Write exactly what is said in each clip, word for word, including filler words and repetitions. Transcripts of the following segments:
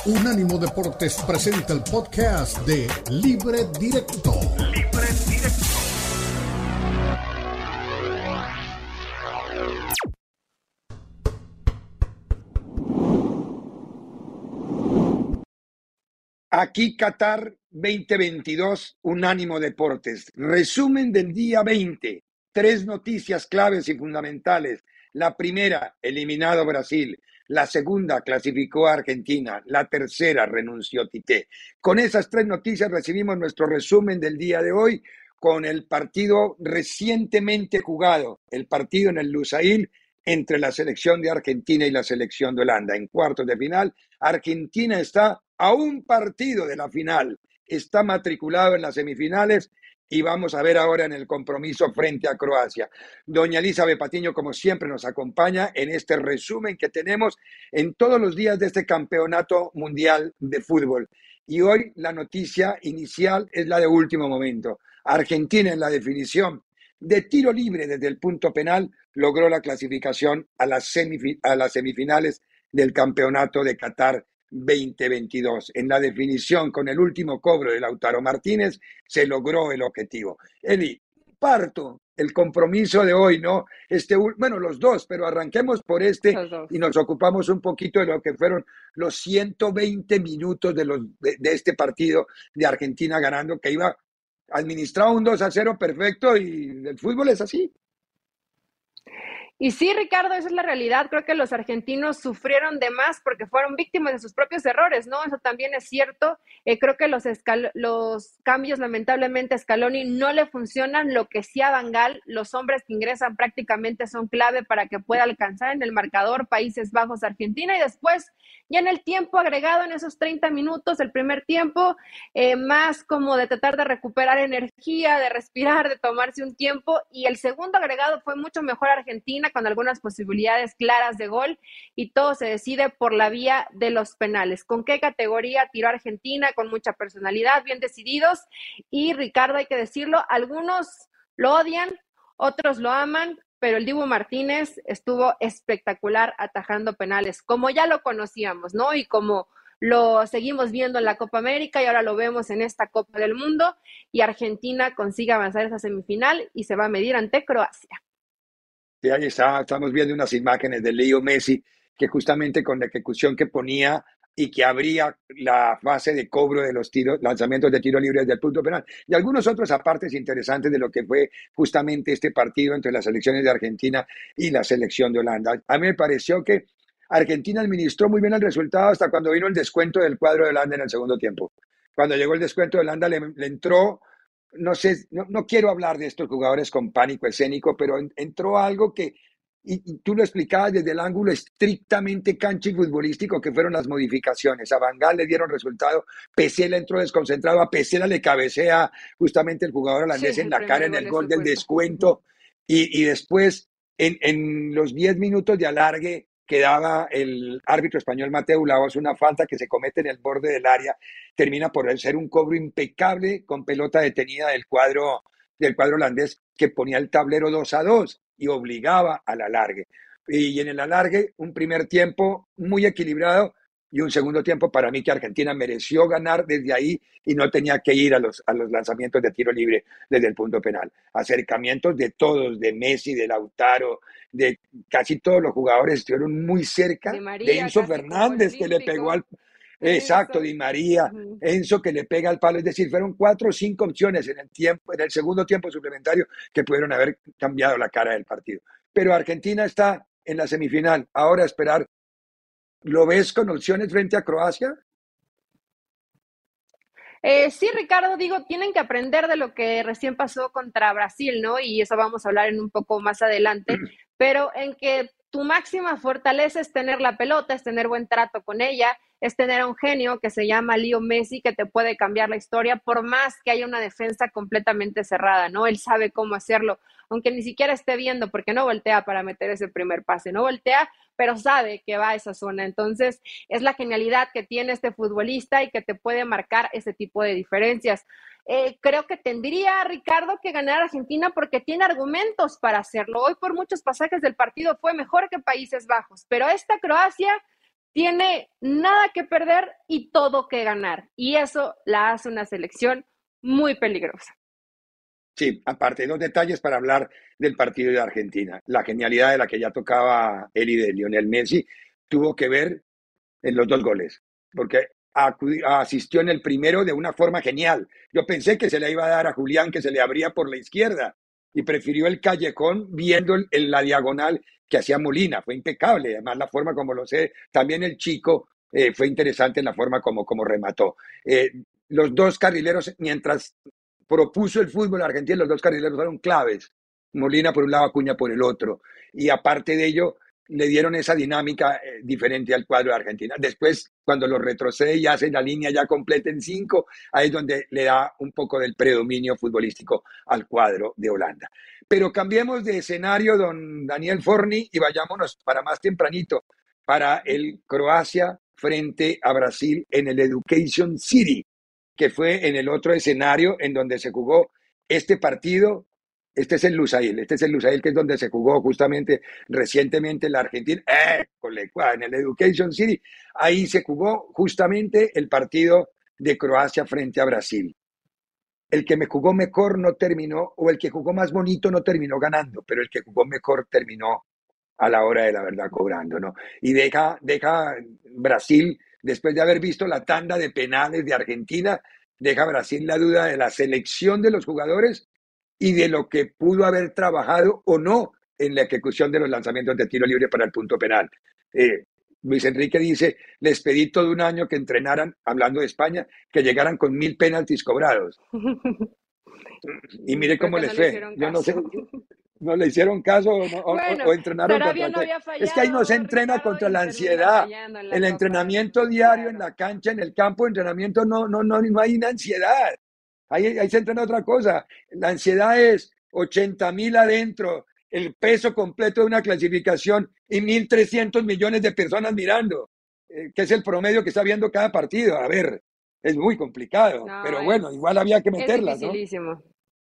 Unánimo Deportes presenta el podcast de Libre Directo. Libre Directo. Aquí Qatar veinte veintidós, Unánimo Deportes. Resumen del día veinte. Tres noticias claves y fundamentales. La primera, eliminado Brasil. La segunda, clasificó a Argentina. La tercera, renunció Tite. Con esas tres noticias recibimos nuestro resumen del día de hoy con el partido recientemente jugado, el partido en el Lusail entre la selección de Argentina y la selección de Holanda. En cuartos de final, Argentina está a un partido de la final, está matriculado en las semifinales y vamos a ver ahora en el compromiso frente a Croacia. Doña Elizabeth Patiño, como siempre, nos acompaña en este resumen que tenemos en todos los días de este campeonato mundial de fútbol. Y hoy la noticia inicial es la de último momento. Argentina, en la definición de tiro libre desde el punto penal, logró la clasificación a las, semif- a las semifinales del campeonato de Qatar veinte veintidós. En la definición, con el último cobro de Lautaro Martínez, se logró el objetivo. Eli, parto el compromiso de hoy, ¿no? Este, bueno, los dos, pero arranquemos por este y nos ocupamos un poquito de lo que fueron los ciento veinte minutos de, los, de, de este partido de Argentina ganando, que iba administrado un dos a cero perfecto y el fútbol es así. Y sí, Ricardo, esa es la realidad. Creo que los argentinos sufrieron de más porque fueron víctimas de sus propios errores, ¿no? Eso también es cierto. Eh, creo que los, escal- los cambios, lamentablemente, a Scaloni no le funcionan. Lo que sí a Van Gaal, los hombres que ingresan prácticamente son clave para que pueda alcanzar en el marcador Países Bajos, Argentina. Y después, ya en el tiempo agregado, en esos treinta minutos, el primer tiempo, eh, más como de tratar de recuperar energía, de respirar, de tomarse un tiempo. Y el segundo agregado fue mucho mejor Argentina, con algunas posibilidades claras de gol, y todo se decide por la vía de los penales. ¿Con qué categoría tiró Argentina? Con mucha personalidad, bien decididos, y Ricardo, hay que decirlo, algunos lo odian, otros lo aman, pero el Dibu Martínez estuvo espectacular atajando penales, como ya lo conocíamos, ¿no? Y como lo seguimos viendo en la Copa América y ahora lo vemos en esta Copa del Mundo, y Argentina consigue avanzar a esa semifinal y se va a medir ante Croacia. Sí, ahí está, estamos viendo unas imágenes de Leo Messi que justamente con la ejecución que ponía y que abría la fase de cobro de los tiros, lanzamientos de tiro libre del punto penal. Y algunos otros apartes interesantes de lo que fue justamente este partido entre las selecciones de Argentina y la selección de Holanda. A mí me pareció que Argentina administró muy bien el resultado hasta cuando vino el descuento del cuadro de Holanda en el segundo tiempo. Cuando llegó el descuento de Holanda le, le entró... No sé, no, no quiero hablar de estos jugadores con pánico escénico, pero en, entró algo que, y, y tú lo explicabas desde el ángulo estrictamente cancha y futbolístico, que fueron las modificaciones. A Van Gaal le dieron resultado, Pesela entró desconcentrado, a Pesela le cabecea justamente el jugador holandés Sí, en la cara en el gol del descuento. descuento, y, y después en, en los diez minutos de alargue que daba el árbitro español Mateu Laoz, una falta que se comete en el borde del área, termina por ser un cobro impecable con pelota detenida del cuadro, del cuadro holandés, que ponía el tablero dos a dos y obligaba al alargue. Y en el alargue, un primer tiempo muy equilibrado y un segundo tiempo para mí que Argentina mereció ganar desde ahí y no tenía que ir a los, a los lanzamientos de tiro libre desde el punto penal. Acercamientos de todos, de Messi, de Lautaro, de casi todos los jugadores estuvieron muy cerca, de, María, de Enzo Fernández que le pegó al... Exacto, Di María, uh-huh. Enzo que le pega al palo, es decir, fueron cuatro o cinco opciones en el tiempo, en el segundo tiempo suplementario que pudieron haber cambiado la cara del partido. Pero Argentina está en la semifinal, ahora a esperar. ¿Lo ves con opciones frente a Croacia? Eh, sí, Ricardo, digo, tienen que aprender de lo que recién pasó contra Brasil, ¿no? Y eso vamos a hablar en un poco más adelante, pero en que tu máxima fortaleza es tener la pelota, es tener buen trato con ella, es tener a un genio que se llama Leo Messi, que te puede cambiar la historia, por más que haya una defensa completamente cerrada, ¿no? Él sabe cómo hacerlo, aunque ni siquiera esté viendo, porque no voltea para meter ese primer pase, no voltea, pero sabe que va a esa zona. Entonces, es la genialidad que tiene este futbolista y que te puede marcar ese tipo de diferencias. Eh, creo que tendría, Ricardo, que ganar Argentina porque tiene argumentos para hacerlo. Hoy por muchos pasajes del partido fue mejor que Países Bajos, pero esta Croacia tiene nada que perder y todo que ganar. Y eso la hace una selección muy peligrosa. Sí, aparte, dos detalles para hablar del partido de Argentina. La genialidad de la que ya tocaba Eli de Lionel Messi tuvo que ver en los dos goles, porque acudi- asistió en el primero de una forma genial. Yo pensé que se le iba a dar a Julián, que se le abría por la izquierda, y prefirió el callejón viendo el- el- la diagonal que hacía Molina. Fue impecable, además la forma como lo sé. También el chico eh, fue interesante en la forma como, como remató. Eh, los dos carrileros, mientras propuso el fútbol argentino, los dos carrileros fueron claves. Molina por un lado, Acuña por el otro. Y aparte de ello, le dieron esa dinámica eh, diferente al cuadro de Argentina. Después, cuando lo retrocede y hace la línea ya completa en cinco, ahí es donde le da un poco del predominio futbolístico al cuadro de Holanda. Pero cambiemos de escenario, don Daniel Forni, y vayámonos para más tempranito, para el Croacia frente a Brasil en el Education City, que fue en el otro escenario en donde se jugó este partido. Este es el Lusail, este es el Lusail que es donde se jugó justamente recientemente la Argentina, eh, en el Education City. Ahí se jugó justamente el partido de Croacia frente a Brasil. El que me jugó mejor no terminó, o el que jugó más bonito no terminó ganando, pero el que jugó mejor terminó a la hora de la verdad cobrando, ¿no? Y deja, deja Brasil, después de haber visto la tanda de penales de Argentina, deja Brasil la duda de la selección de los jugadores y de lo que pudo haber trabajado o no en la ejecución de los lanzamientos de tiro libre para el punto penal. Eh, Luis Enrique dice, les pedí todo un año que entrenaran, hablando de España, que llegaran con mil penaltis cobrados. Y mire Creo cómo que no les le fue. hicieron Yo no sé, caso. no le hicieron caso o, no- o- Bueno, o entrenaron Sarabia contra no qué. había Es que ahí no se fallado, entrena Ricardo, contra y la termina ansiedad. fallando en la El Copa del entrenamiento Mundo, diario en claro. la cancha, en el campo de entrenamiento, no, no, no, no hay una ansiedad. Ahí, ahí se entrena otra cosa. La ansiedad es ochenta mil adentro, el peso completo de una clasificación y mil trescientos millones de personas mirando, eh, que es el promedio que está viendo cada partido. A ver, es muy complicado, No, pero es, bueno, igual había que es meterlas, ¿no? dificilísimo.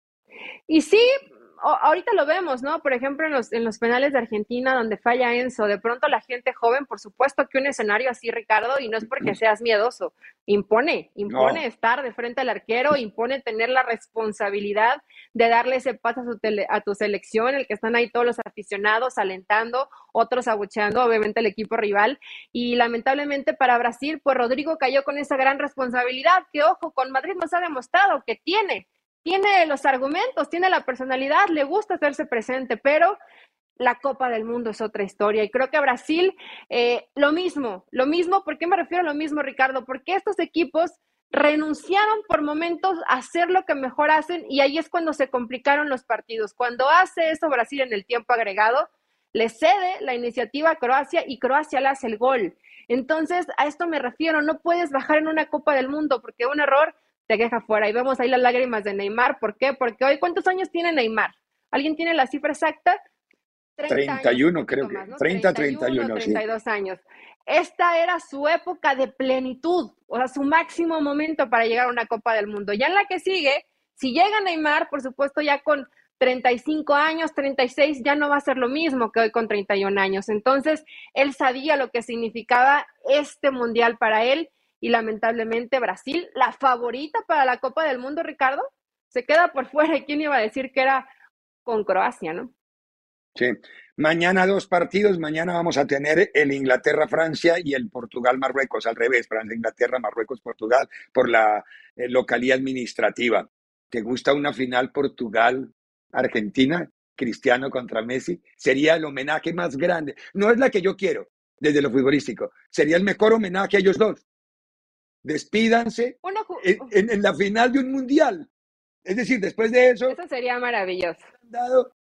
Y sí, o- ahorita lo vemos, ¿no? Por ejemplo, en los, en los penales de Argentina, donde falla Enzo, de pronto la gente joven, por supuesto que un escenario así, Ricardo, y no es porque seas miedoso, impone, impone No, estar de frente al arquero, impone tener la responsabilidad de darle ese paso a, su tele- a tu selección, el que están ahí todos los aficionados alentando, otros abucheando, obviamente el equipo rival, y lamentablemente para Brasil, pues Rodrigo cayó con esa gran responsabilidad, que ojo, con Madrid nos ha demostrado que tiene, tiene los argumentos, tiene la personalidad, le gusta hacerse presente, pero la Copa del Mundo es otra historia. Y creo que Brasil, eh, lo mismo, lo mismo, ¿por qué me refiero a lo mismo, Ricardo? Porque estos equipos renunciaron por momentos a hacer lo que mejor hacen y ahí es cuando se complicaron los partidos. Cuando hace eso Brasil en el tiempo agregado, le cede la iniciativa a Croacia y Croacia le hace el gol. Entonces, a esto me refiero, no puedes bajar en una Copa del Mundo porque un error te deja fuera. Y vemos ahí las lágrimas de Neymar. ¿Por qué? Porque hoy, ¿cuántos años tiene Neymar? ¿Alguien tiene la cifra exacta? treinta treinta y años, un uno poquito creo que, más, ¿no? treinta, treinta y treinta y uno, uno sí. treinta y dos años. Esta era su época de plenitud, o sea, su máximo momento para llegar a una Copa del Mundo. Ya en la que sigue, si llega Neymar, por supuesto, ya con treinta y cinco años, treinta y seis, ya no va a ser lo mismo que hoy con treinta y un años. Entonces, él sabía lo que significaba este mundial para él y lamentablemente Brasil, la favorita para la Copa del Mundo, Ricardo, se queda por fuera. ¿Y quién iba a decir que era con Croacia, no? Sí. Mañana dos partidos. Mañana vamos a tener el Inglaterra-Francia y el Portugal-Marruecos. Al revés, Francia-Inglaterra, Marruecos-Portugal, por la eh, localía administrativa. ¿Te gusta una final Portugal-Argentina? Cristiano contra Messi. Sería el homenaje más grande. No es la que yo quiero desde lo futbolístico. Sería el mejor homenaje a ellos dos. Despídanse Bueno, en, en, en la final de un mundial. Es decir, después de eso, eso sería maravilloso. han dado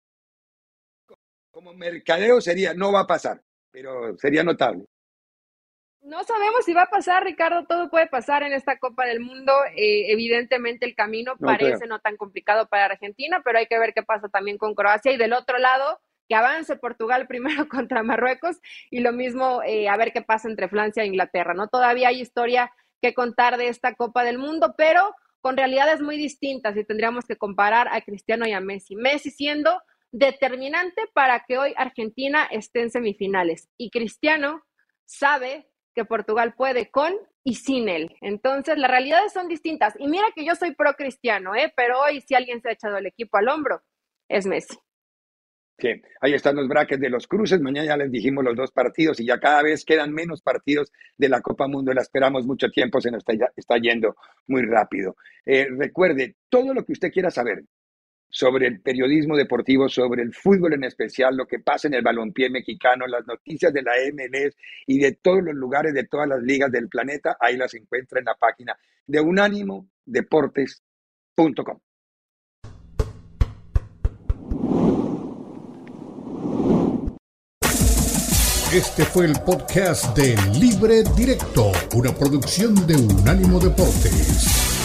como mercadeo sería, no va a pasar, pero sería notable. No sabemos si va a pasar, Ricardo, todo puede pasar en esta Copa del Mundo. Eh, evidentemente el camino No creo. parece no tan complicado para Argentina, pero hay que ver qué pasa también con Croacia. Y del otro lado, que avance Portugal primero contra Marruecos y lo mismo eh, a ver qué pasa entre Francia e Inglaterra, ¿no? Todavía hay historia que contar de esta Copa del Mundo, pero con realidades muy distintas y tendríamos que comparar a Cristiano y a Messi. Messi siendo determinante para que hoy Argentina esté en semifinales y Cristiano sabe que Portugal puede con y sin él. Entonces, las realidades son distintas. Y mira que yo soy pro Cristiano, ¿eh? Pero hoy si alguien se ha echado el equipo al hombro, es Messi. Sí, ahí están los brackets de los cruces. Mañana ya les dijimos los dos partidos y ya cada vez quedan menos partidos de la Copa Mundo. La esperamos mucho tiempo, se nos está, está yendo muy rápido. Eh, recuerde, todo lo que usted quiera saber sobre el periodismo deportivo, sobre el fútbol en especial, lo que pasa en el balompié mexicano, las noticias de la M L S y de todos los lugares de todas las ligas del planeta, ahí las encuentra en la página de unánimo deportes punto com. Este fue el podcast de Libre Directo, una producción de Unánimo Deportes.